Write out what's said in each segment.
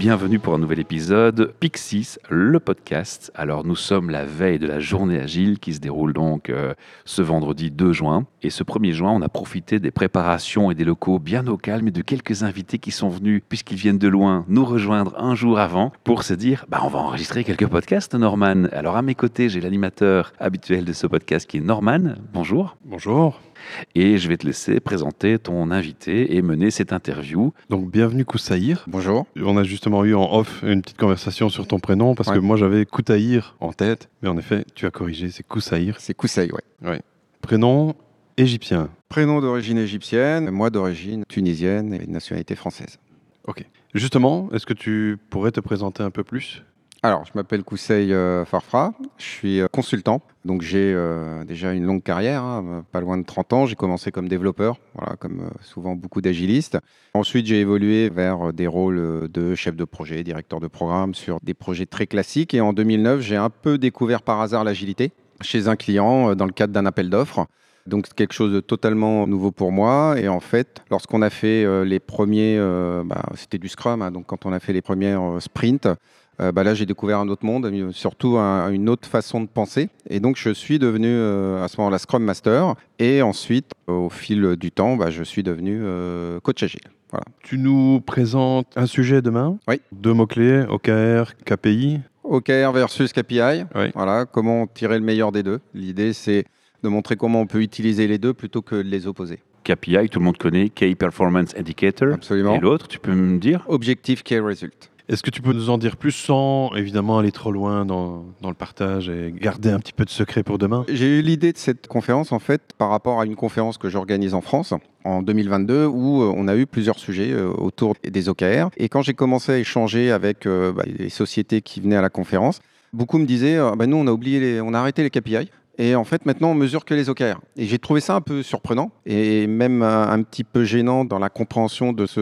bienvenue pour un nouvel épisode Pixis, le podcast. Alors nous sommes la veille de la journée agile qui se déroule donc ce vendredi 2 juin. Et ce 1er juin, on a profité des préparations et des locaux bien au calme et de quelques invités qui sont venus, puisqu'ils viennent de loin, nous rejoindre un jour avant pour se dire on va enregistrer quelques podcasts, Norman. Alors à mes côtés, j'ai l'animateur habituel de ce podcast qui est Norman. Bonjour. Bonjour. Et je vais te laisser présenter ton invité et mener cette interview. Donc, bienvenue Koussaïr. Bonjour. On a justement eu en off une petite conversation sur ton prénom parce que moi j'avais Koutaïr en tête, mais en effet, tu as corrigé, c'est Koussaïr. C'est Koussaï, oui. Prénom égyptien. Prénom d'origine égyptienne, moi d'origine tunisienne et de nationalité française. Ok. Justement, est-ce que tu pourrais te présenter un peu plus ? Alors, je m'appelle Koussaï Farfra, je suis consultant, donc j'ai déjà une longue carrière, pas loin de 30 ans. J'ai commencé comme développeur, comme souvent beaucoup d'agilistes. Ensuite, j'ai évolué vers des rôles de chef de projet, directeur de programme sur des projets très classiques. Et en 2009, j'ai un peu découvert par hasard l'agilité chez un client dans le cadre d'un appel d'offres. Donc, c'est quelque chose de totalement nouveau pour moi. Et en fait, lorsqu'on a fait les premiers, c'était du Scrum, donc quand on a fait les premières sprints, là, j'ai découvert un autre monde, surtout une autre façon de penser. Et donc, je suis devenu à ce moment-là Scrum Master. Et ensuite, au fil du temps, je suis devenu coach agile. Voilà. Tu nous présentes un sujet demain. Oui. 2 mots-clés, OKR, KPI. OKR versus KPI. Oui. Voilà, comment tirer le meilleur des deux. L'idée, c'est de montrer comment on peut utiliser les deux plutôt que de les opposer. KPI, tout le monde connaît, Key Performance Indicator. Absolument. Et l'autre, tu peux me dire ? Objectif Key Result. Est-ce que tu peux nous en dire plus sans évidemment aller trop loin dans le partage et garder un petit peu de secret pour demain ? J'ai eu l'idée de cette conférence en fait par rapport à une conférence que j'organise en France en 2022 où on a eu plusieurs sujets autour des OKR. Et quand j'ai commencé à échanger avec les sociétés qui venaient à la conférence, beaucoup me disaient nous on a arrêté les KPI. Et en fait, maintenant, on mesure que les OKR. Et j'ai trouvé ça un peu surprenant et même un petit peu gênant dans la compréhension de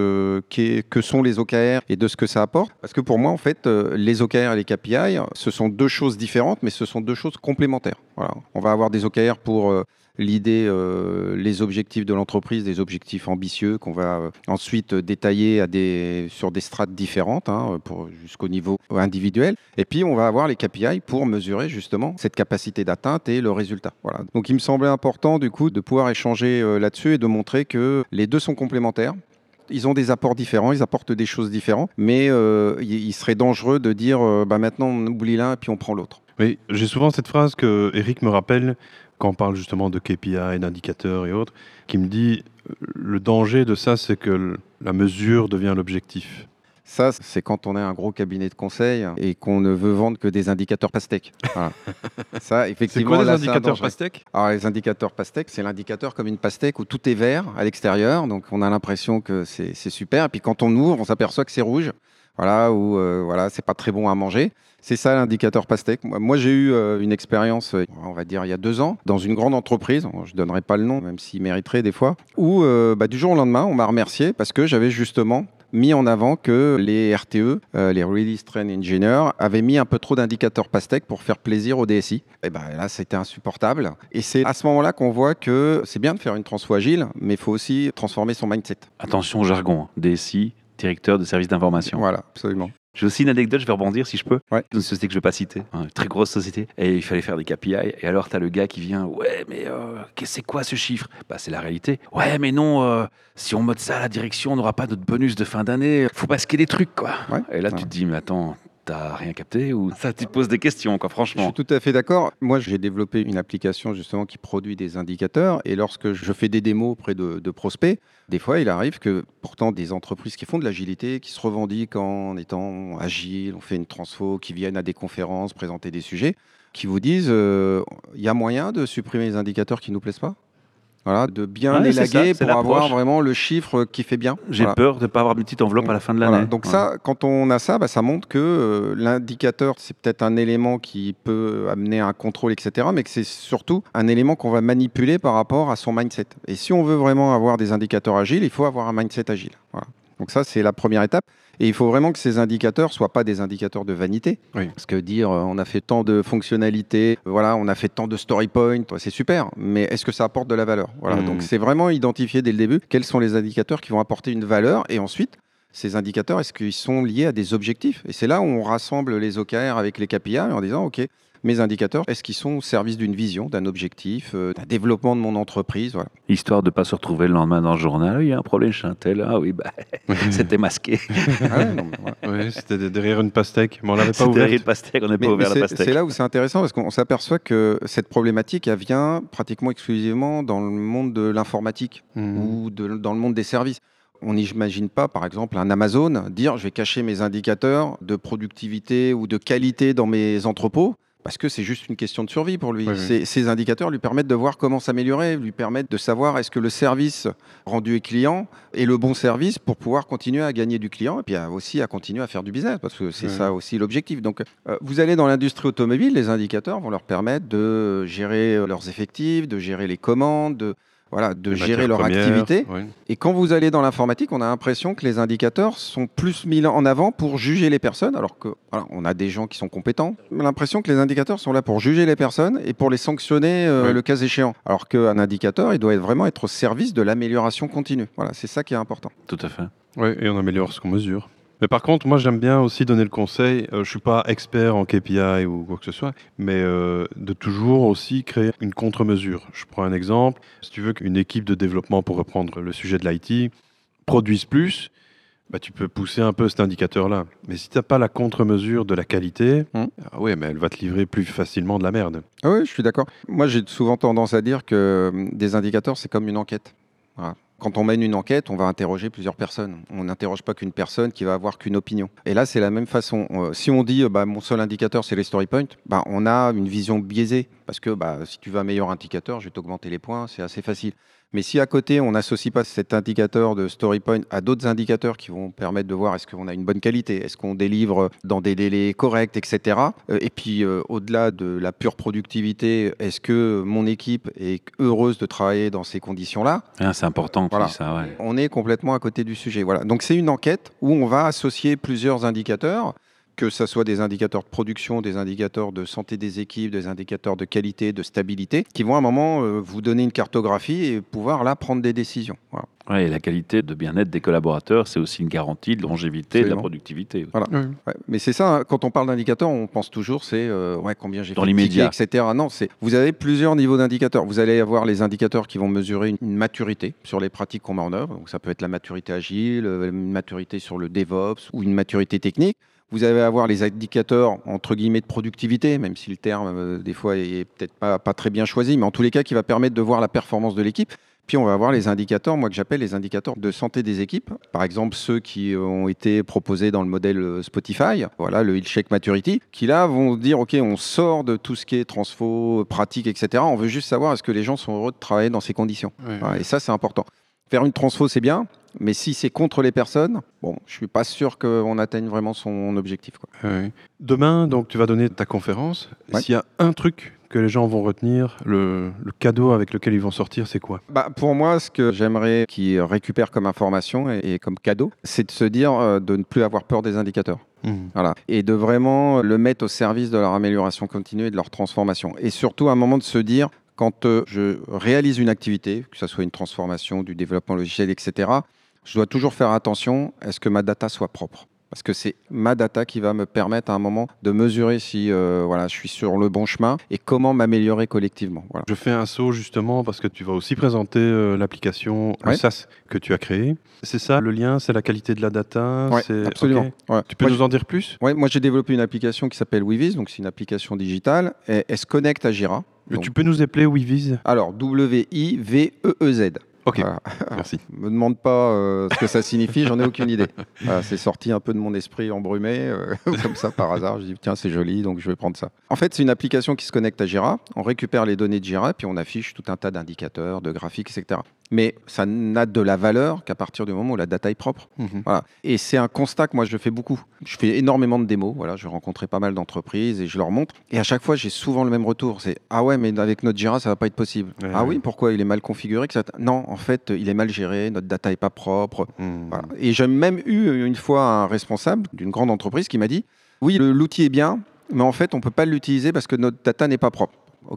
que sont les OKR et de ce que ça apporte. Parce que pour moi, en fait, les OKR et les KPI, ce sont deux choses différentes, mais ce sont deux choses complémentaires. Voilà. On va avoir des OKR pour l'idée, les objectifs de l'entreprise, des objectifs ambitieux qu'on va ensuite détailler sur des strates différentes jusqu'au niveau individuel. Et puis, on va avoir les KPI pour mesurer justement cette capacité d'atteinte et le résultat. Voilà. Donc, il me semblait important du coup de pouvoir échanger là-dessus et de montrer que les deux sont complémentaires. Ils ont des apports différents, ils apportent des choses différentes, mais il serait dangereux de dire maintenant on oublie l'un et puis on prend l'autre. Oui, j'ai souvent cette phrase que Eric me rappelle quand on parle justement de KPI, d'indicateurs et autres, qui me dit le danger de ça, c'est que la mesure devient l'objectif. Ça, c'est quand on est un gros cabinet de conseil et qu'on ne veut vendre que des indicateurs pastèques. Voilà. Ça, effectivement, c'est quoi les indicateurs pastèques ? Alors, les indicateurs pastèques, c'est l'indicateur comme une pastèque où tout est vert à l'extérieur. Donc, on a l'impression que c'est super. Et puis, quand on ouvre, on s'aperçoit que c'est rouge. Voilà, ou c'est pas très bon à manger. C'est ça l'indicateur pastèque. Moi, j'ai eu une expérience, on va dire, il y a 2 ans, dans une grande entreprise, je ne donnerai pas le nom, même s'il mériterait des fois, où du jour au lendemain, on m'a remercié parce que j'avais justement mis en avant que les RTE, les Release Train Engineers, avaient mis un peu trop d'indicateurs pastèques pour faire plaisir au DSI. Et là, c'était insupportable. Et c'est à ce moment-là qu'on voit que c'est bien de faire une transfo agile, mais il faut aussi transformer son mindset. Attention au jargon, DSI, directeur de service d'information. Voilà, absolument. J'ai aussi une anecdote, je vais rebondir si je peux. Ouais. Une société que je ne vais pas citer, une très grosse société, et il fallait faire des KPI. Et alors, tu as le gars qui vient, ouais, mais c'est quoi ce chiffre ? C'est la réalité. Ouais, mais non, si on mode ça à la direction, on n'aura pas notre bonus de fin d'année. Faut masquer des trucs, quoi. Ouais. Et là, tu te dis, mais attends, t'as rien capté ou ça te pose des questions, quoi, franchement. Je suis tout à fait d'accord. Moi, j'ai développé une application justement qui produit des indicateurs et lorsque je fais des démos auprès de prospects, des fois, il arrive que pourtant des entreprises qui font de l'agilité, qui se revendiquent en étant agiles, on fait une transfo, qui viennent à des conférences, présenter des sujets, qui vous disent il y a moyen de supprimer les indicateurs qui ne nous plaisent pas ? Voilà, de bien élaguer pour avoir vraiment le chiffre qui fait bien. J'ai peur de ne pas avoir une petite enveloppe à la fin de l'année. Voilà. Donc ça, quand on a ça, ça montre que l'indicateur, c'est peut-être un élément qui peut amener à un contrôle, etc. Mais que c'est surtout un élément qu'on va manipuler par rapport à son mindset. Et si on veut vraiment avoir des indicateurs agiles, il faut avoir un mindset agile. Voilà. Donc ça, c'est la première étape. Et il faut vraiment que ces indicateurs ne soient pas des indicateurs de vanité. Oui. Parce que dire on a fait tant de fonctionnalités, on a fait tant de story points, c'est super, mais est-ce que ça apporte de la valeur ? Voilà. Donc c'est vraiment identifier dès le début quels sont les indicateurs qui vont apporter une valeur et ensuite ces indicateurs, est-ce qu'ils sont liés à des objectifs? Et c'est là où on rassemble les OKR avec les KPI en disant, OK, mes indicateurs, est-ce qu'ils sont au service d'une vision, d'un objectif, d'un développement de mon entreprise? Voilà. Histoire de ne pas se retrouver le lendemain dans le journal, il y a un problème chez un tel. Ah oui, c'était masqué. Ah ouais, non, mais voilà. Oui, c'était derrière une pastèque, mais on l'avait pas C'était ouverte. une pastèque, on n'a pas Mais ouvert la c'est pastèque. là où c'est intéressant parce qu'on s'aperçoit que cette problématique, elle vient pratiquement exclusivement dans le monde de l'informatique ou dans le monde des services. On n'imagine pas, par exemple, un Amazon dire je vais cacher mes indicateurs de productivité ou de qualité dans mes entrepôts. Parce que c'est juste une question de survie pour lui. Oui, oui. Ces indicateurs lui permettent de voir comment s'améliorer, lui permettent de savoir est-ce que le service rendu au client est le bon service pour pouvoir continuer à gagner du client et puis aussi à continuer à faire du business, parce que c'est ça aussi l'objectif. Donc, vous allez dans l'industrie automobile, les indicateurs vont leur permettre de gérer leurs effectifs, de gérer les commandes, de Les gérer matières leur premières, activité. oui. Et quand vous allez dans l'informatique, on a l'impression que les indicateurs sont plus mis en avant pour juger les personnes, alors que on a des gens qui sont compétents. On a l'impression que les indicateurs sont là pour juger les personnes et pour les sanctionner le cas échéant. Alors qu'un indicateur, il doit vraiment être au service de l'amélioration continue. Voilà, c'est ça qui est important. Tout à fait. Oui, et on améliore ce qu'on mesure. Mais par contre, moi, j'aime bien aussi donner le conseil, je ne suis pas expert en KPI ou quoi que ce soit, mais de toujours aussi créer une contre-mesure. Je prends un exemple. Si tu veux qu'une équipe de développement, pour reprendre le sujet de l'IT, produise plus, bah, tu peux pousser un peu cet indicateur-là. Mais si tu n'as pas la contre-mesure de la qualité, mais elle va te livrer plus facilement de la merde. Ah oui, je suis d'accord. Moi, j'ai souvent tendance à dire que des indicateurs, c'est comme une enquête. Voilà. Quand on mène une enquête, on va interroger plusieurs personnes. On n'interroge pas qu'une personne qui va avoir qu'une opinion. Et là, c'est la même façon. Si on dit mon seul indicateur, c'est les story points, on a une vision biaisée. Parce que si tu veux un meilleur indicateur, je vais t'augmenter les points, c'est assez facile. Mais si à côté, on n'associe pas cet indicateur de story point à d'autres indicateurs qui vont permettre de voir est-ce qu'on a une bonne qualité, est-ce qu'on délivre dans des délais corrects, etc. Et puis, au-delà de la pure productivité, est-ce que mon équipe est heureuse de travailler dans ces conditions-là? C'est important, tu dis ça, ouais. On est complètement à côté du sujet. Voilà. Donc, c'est une enquête où on va associer plusieurs indicateurs, que ce soit des indicateurs de production, des indicateurs de santé des équipes, des indicateurs de qualité, de stabilité, qui vont à un moment vous donner une cartographie et pouvoir là prendre des décisions. Voilà. Ouais, et la qualité de bien-être des collaborateurs, c'est aussi une garantie de longévité et de la Absolument. productivité. Voilà. Ouais. Mais c'est ça, hein, quand on parle d'indicateurs, on pense toujours c'est combien j'ai Dans fait de l'immédiat. tickets, etc. Non, vous avez plusieurs niveaux d'indicateurs. Vous allez avoir les indicateurs qui vont mesurer une maturité sur les pratiques qu'on met en œuvre. Donc ça peut être la maturité agile, une maturité sur le DevOps ou une maturité technique. Vous allez avoir les indicateurs, entre guillemets, de productivité, même si le terme, des fois, est peut-être pas très bien choisi, mais en tous les cas, qui va permettre de voir la performance de l'équipe. Puis, on va avoir les indicateurs, moi, que j'appelle les indicateurs de santé des équipes. Par exemple, ceux qui ont été proposés dans le modèle Spotify, voilà, le Health Check Maturity, qui là vont dire, OK, on sort de tout ce qui est transfo, pratique, etc. On veut juste savoir est-ce que les gens sont heureux de travailler dans ces conditions. Voilà, et ça, c'est important. Faire une transfo, c'est bien, mais si c'est contre les personnes, je ne suis pas sûr qu'on atteigne vraiment son objectif, quoi. Demain, donc, tu vas donner ta conférence. Ouais. S'il y a un truc que les gens vont retenir, le cadeau avec lequel ils vont sortir, c'est quoi? Pour moi, ce que j'aimerais qu'ils récupèrent comme information et comme cadeau, c'est de se dire de ne plus avoir peur des indicateurs. Voilà. Et de vraiment le mettre au service de leur amélioration continue et de leur transformation. Et surtout, à un moment de se dire, quand je réalise une activité, que ce soit une transformation, du développement logiciel, etc., je dois toujours faire attention à ce que ma data soit propre. Parce que c'est ma data qui va me permettre à un moment de mesurer si je suis sur le bon chemin et comment m'améliorer collectivement. Voilà. Je fais un saut justement parce que tu vas aussi présenter l'application SaaS que tu as créée. C'est ça, le lien, c'est la qualité de la data. Ouais, c'est... absolument. Okay. Ouais. Tu peux nous en dire plus? Ouais, moi, j'ai développé une application qui s'appelle Weviz, donc c'est une application digitale. Et elle se connecte à Jira. Donc, tu peux nous appeler Weviz? Alors, W-I-V-E-E-Z. Ok, merci. Ne me demande pas ce que ça signifie, j'en ai aucune idée. C'est sorti un peu de mon esprit embrumé, comme ça par hasard. Je dis tiens, c'est joli, donc je vais prendre ça. En fait, c'est une application qui se connecte à Jira. On récupère les données de Jira, puis on affiche tout un tas d'indicateurs, de graphiques, etc. Mais ça n'a de la valeur qu'à partir du moment où la data est propre. Voilà. Et c'est un constat que moi je fais beaucoup. Je fais énormément de démos. Voilà, je rencontrais pas mal d'entreprises et je leur montre. Et à chaque fois, j'ai souvent le même retour. C'est ah ouais, mais avec notre Jira, ça va pas être possible. Oui, pourquoi? Il est mal configuré, etc. Non, en fait, il est mal géré. Notre data est pas propre. Voilà. Et j'ai même eu une fois un responsable d'une grande entreprise qui m'a dit oui, l'outil est bien, mais en fait, on peut pas l'utiliser parce que notre data n'est pas propre. Ok,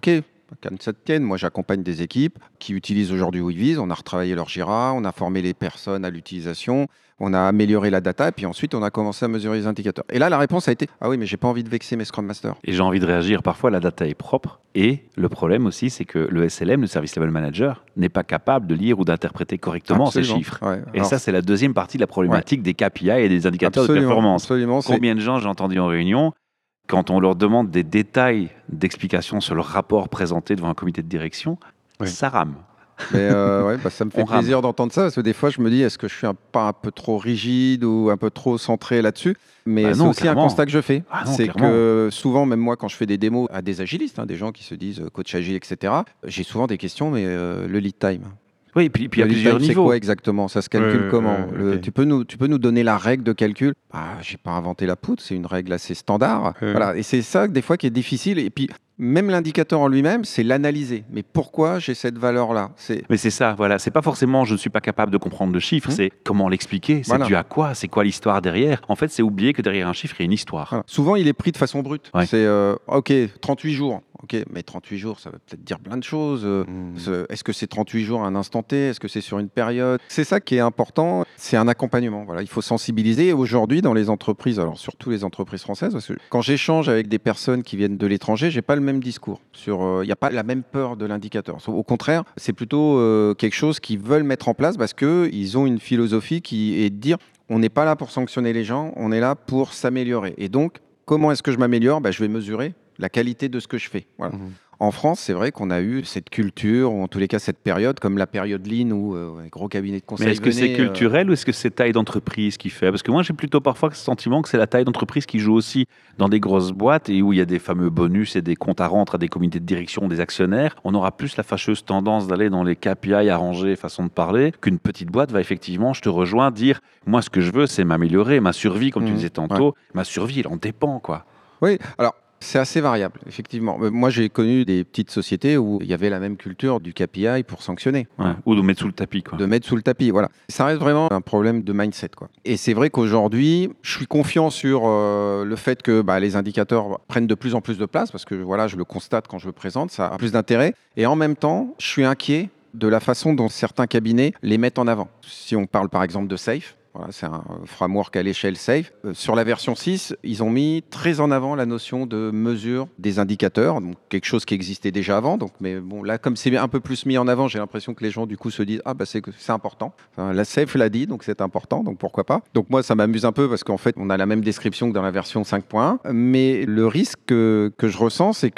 qu'à ne se tienne. Moi, j'accompagne des équipes qui utilisent aujourd'hui Weaviz. On a retravaillé leur Jira, on a formé les personnes à l'utilisation, on a amélioré la data, et puis ensuite, on a commencé à mesurer les indicateurs. Et là, la réponse a été « Ah oui, mais j'ai pas envie de vexer mes Scrum Masters. » Et j'ai envie de réagir. Parfois, la data est propre. Et le problème aussi, c'est que le SLM, le Service Level Manager, n'est pas capable de lire ou d'interpréter correctement ces Absolument. chiffres. Ouais. Et Alors, ça, c'est la deuxième partie de la problématique des KPI et des indicateurs de absolument, performance. absolument. Combien de gens j'ai entendu en réunion, quand on leur demande des détails d'explication sur le rapport présenté devant un comité de direction, Oui. ça rame. Mais ça me fait On rame. plaisir d'entendre ça, parce que des fois, je me dis, est-ce que je suis pas un peu trop rigide ou un peu trop centré là-dessus? Mais Bah c'est non, aussi clairement. un constat que je fais. Ah non, C'est clairement. que souvent, même moi, quand je fais des démos à des agilistes, des gens qui se disent coach agile, etc., j'ai souvent des questions, mais le lead time. Oui, puis à Le lead plusieurs time, c'est niveaux. quoi exactement? Ça se calcule comment? Ok. Tu peux nous donner la règle de calcul? J'ai pas inventé la poudre, c'est une règle assez standard. Ouais. Voilà. Et c'est ça, des fois, qui est difficile. Et puis, même l'indicateur en lui-même, c'est l'analyser. Mais pourquoi j'ai cette valeur-là? Mais c'est ça, voilà. C'est pas forcément je ne suis pas capable de comprendre le chiffre, c'est comment l'expliquer, c'est Voilà. dû à quoi, c'est quoi l'histoire derrière. En fait, c'est oublier que derrière un chiffre, il y a une histoire. Voilà. Souvent, il est pris de façon brute. Ouais. C'est OK, 38 jours. OK, mais 38 jours, ça veut peut-être dire plein de choses. Est-ce que c'est 38 jours à un instant T? Est-ce que c'est sur une période? C'est ça qui est important, c'est un accompagnement. Voilà, il faut sensibiliser. Et aujourd'hui, dans les entreprises, alors surtout les entreprises françaises, parce que quand j'échange avec des personnes qui viennent de l'étranger, j'ai pas le même discours. Il n'y a pas la même peur de l'indicateur. Au contraire, c'est plutôt quelque chose qu'ils veulent mettre en place parce qu'ils ont une philosophie qui est de dire on n'est pas là pour sanctionner les gens, on est là pour s'améliorer. Et donc, comment est-ce que je m'améliore? Je vais mesurer la qualité de ce que je fais. Voilà. En France, c'est vrai qu'on a eu cette culture, ou en tous les cas cette période, comme la période Lean où les gros cabinets de conseil Mais est-ce que c'est venaient, culturel ou est-ce que c'est taille d'entreprise qui fait? Parce que moi, j'ai plutôt parfois ce sentiment que c'est la taille d'entreprise qui joue aussi dans des grosses boîtes et où il y a des fameux bonus et des comptes à rendre à des comités de direction, des actionnaires. On aura plus la fâcheuse tendance d'aller dans les KPI arrangés, façon de parler, qu'une petite boîte va effectivement, je te rejoins, dire moi, ce que je veux, c'est m'améliorer, ma survie, comme tu disais tantôt. Ma survie, elle en dépend, quoi. Oui, alors c'est assez variable, effectivement. Moi, j'ai connu des petites sociétés où il y avait la même culture du KPI pour sanctionner. Ouais. Ou de mettre sous le tapis, quoi. De mettre sous le tapis, voilà. Ça reste vraiment un problème de mindset, quoi. Et c'est vrai qu'aujourd'hui, je suis confiant sur le fait que les indicateurs prennent de plus en plus de place, parce que voilà, je le constate quand je le présente, ça a plus d'intérêt. Et en même temps, je suis inquiet de la façon dont certains cabinets les mettent en avant. Si on parle par exemple de SAFe, voilà, c'est un framework à l'échelle SAFe. Sur la version 6, ils ont mis très en avant la notion de mesure des indicateurs, donc quelque chose qui existait déjà avant. Donc, mais bon, là, comme c'est un peu plus mis en avant, j'ai l'impression que les gens du coup se disent c'est important. Enfin, la SAFe l'a dit, donc c'est important, donc pourquoi pas. Donc moi, ça m'amuse un peu parce qu'en fait, on a la même description que dans la version 5.1, mais le risque que je ressens, c'est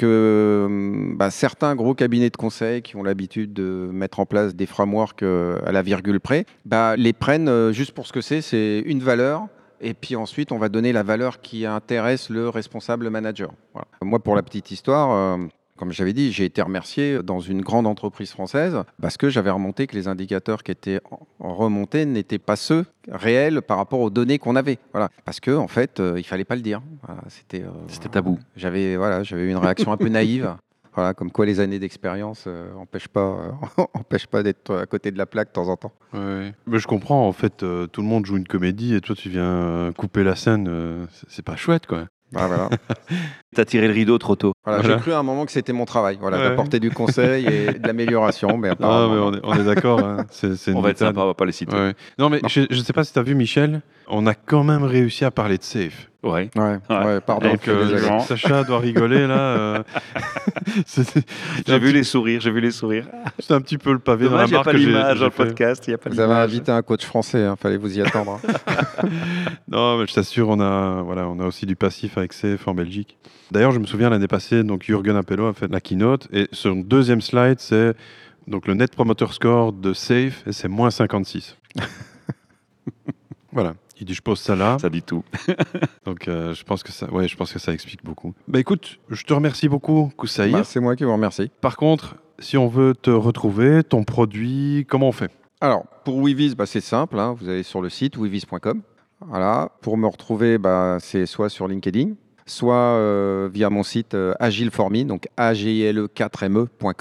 que certains gros cabinets de conseil qui ont l'habitude de mettre en place des frameworks à la virgule près, les prennent juste pour ce que c'est une valeur, et puis ensuite on va donner la valeur qui intéresse le responsable manager. Voilà. Moi, pour la petite histoire, comme j'avais dit, j'ai été remercié dans une grande entreprise française parce que j'avais remonté que les indicateurs qui étaient remontés n'étaient pas ceux réels par rapport aux données qu'on avait. Voilà. Parce que en fait, il fallait pas le dire. Voilà, c'était tabou. J'avais eu une réaction un peu naïve. Voilà, comme quoi les années d'expérience n'empêchent pas d'être à côté de la plaque de temps en temps. Ouais. Mais je comprends, en fait, tout le monde joue une comédie et toi tu viens couper la scène, c'est pas chouette, quoi. Voilà. T'as tiré le rideau trop tôt. Voilà, Voilà. j'ai cru à un moment que c'était mon travail, Ouais. d'apporter du conseil et de l'amélioration, mais Ah, apparemment. mais on est d'accord, hein. C'est une On va être méthode. sympa, on va pas les citer. Ouais. Non, mais Non. je ne sais pas si tu as vu, Michel, on a quand même réussi à parler de safe. Ouais. Ouais, pardon. Donc, je suis désolé. Jean. Sacha doit rigoler, là. J'ai vu les sourires, C'est un petit peu le pavé Dommage, il n'y dans a la pas mare que l'image j'ai dans le fait. podcast. Y a pas Vous avez l'image. invité un coach français, fallait vous y attendre. Non, mais je t'assure, on a aussi du passif avec Safe en Belgique. D'ailleurs, je me souviens l'année passée, donc Jürgen Appelo a fait la keynote et son deuxième slide, c'est donc le Net Promoter Score de Safe et c'est moins 56. Voilà. Il dit je pose ça là. Ça dit tout. Donc je pense que ça explique beaucoup. Bah écoute, je te remercie beaucoup, Koussaïr. C'est moi qui vous remercie. Par contre, si on veut te retrouver, ton produit, comment on fait? Alors, pour Weaviz, c'est simple. Vous allez sur le site weaviz.com. Voilà. Pour me retrouver, c'est soit sur LinkedIn, soit via mon site Agile4Me, donc agile4me.com.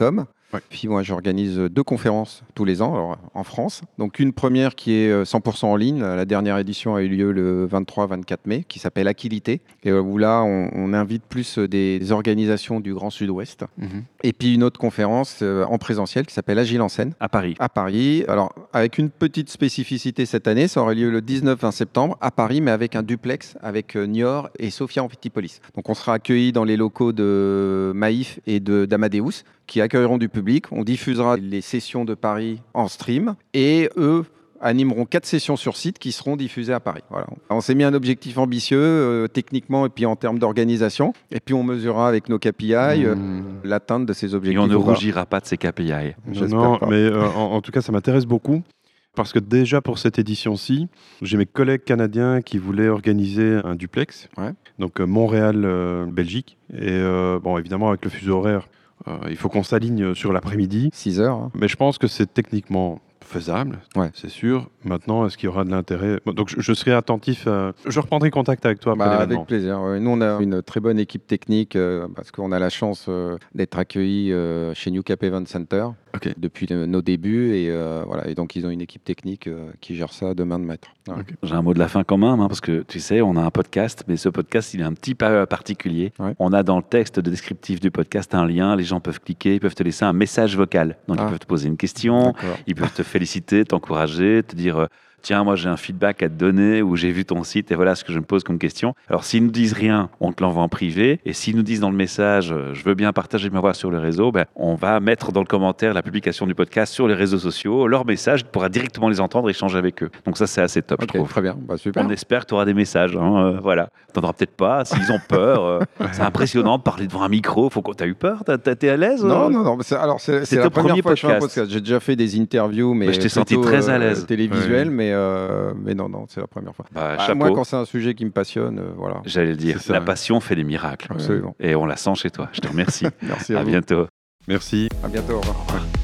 Ouais. Puis moi, j'organise 2 conférences tous les ans alors, en France. Donc une première qui est 100% en ligne. La dernière édition a eu lieu le 23-24 mai, qui s'appelle Aquilité, et où là, on invite plus des organisations du Grand Sud-Ouest. Et puis une autre conférence en présentiel qui s'appelle Agile en scène. À Paris. À Paris. Alors, avec une petite spécificité cette année, ça aurait lieu le 19-20 septembre à Paris, mais avec un duplex avec Niort et Sophia Antipolis. Donc, on sera accueillis dans les locaux de Maïf et d'Amadeus, qui accueilleront du public. On diffusera les sessions de Paris en stream et eux animeront 4 sessions sur site qui seront diffusées à Paris. Voilà. On s'est mis un objectif ambitieux techniquement et puis en termes d'organisation. Et puis on mesurera avec nos KPI l'atteinte de ces Et objectifs. on ne rougira pas de ces KPI. J'espère Non, pas. mais en tout cas, ça m'intéresse beaucoup. Parce que déjà pour cette édition-ci, j'ai mes collègues canadiens qui voulaient organiser un duplex. Ouais. Donc Montréal, Belgique. Et bon, évidemment, avec le fuseau horaire, il faut qu'on s'aligne sur l'après-midi. 6 heures. Hein. Mais je pense que c'est techniquement faisable, Ouais. c'est sûr. Maintenant, est-ce qu'il y aura de l'intérêt? Bon, donc, je serai attentif. Je reprendrai contact avec toi après l'événement. Avec plaisir. Ouais. Nous, on a une très bonne équipe technique parce qu'on a la chance d'être accueillis chez New Cap Event Center Ok. depuis nos débuts. Et, voilà. Et donc, ils ont une équipe technique qui gère ça de main de maître. Ouais. Ok. J'ai un mot de la fin quand même, parce que tu sais, on a un podcast, mais ce podcast, il est un petit peu particulier. Ouais. On a dans le texte descriptif du podcast un lien, les gens peuvent cliquer, ils peuvent te laisser un message vocal. Donc, ils peuvent te poser une question, D'accord. ils peuvent te féliciter, t'encourager, te dire tiens, moi j'ai un feedback à te donner ou j'ai vu ton site et voilà ce que je me pose comme question. Alors, s'ils nous disent rien, on te l'envoie en privé. Et s'ils nous disent dans le message je veux bien partager ma voix sur le réseau, ben, on va mettre dans le commentaire la publication du podcast sur les réseaux sociaux. Leur message, tu pourras directement les entendre et échanger avec eux. Donc, ça, c'est assez top, je Ok, trouve. très bien. Super. On espère que tu auras des messages. Voilà. Tu n'en auras peut-être pas. S'ils ont peur, c'est impressionnant de parler devant un micro. T'as eu peur? T'es à l'aise? Non. Mais c'est C'est la ton première premier fois que je fais un podcast. podcast. J'ai déjà fait des interviews, mais je t'ai senti plutôt, très à l'aise. télévisuelles, mais non, c'est la première fois. Bah, Moi, chapeau. quand c'est un sujet qui me passionne, voilà. J'allais le dire. C'est ça, La ouais. passion fait des miracles. Absolument. Et on la sent chez toi. Je te remercie. Merci À à vous. bientôt. Merci. À bientôt. Au revoir.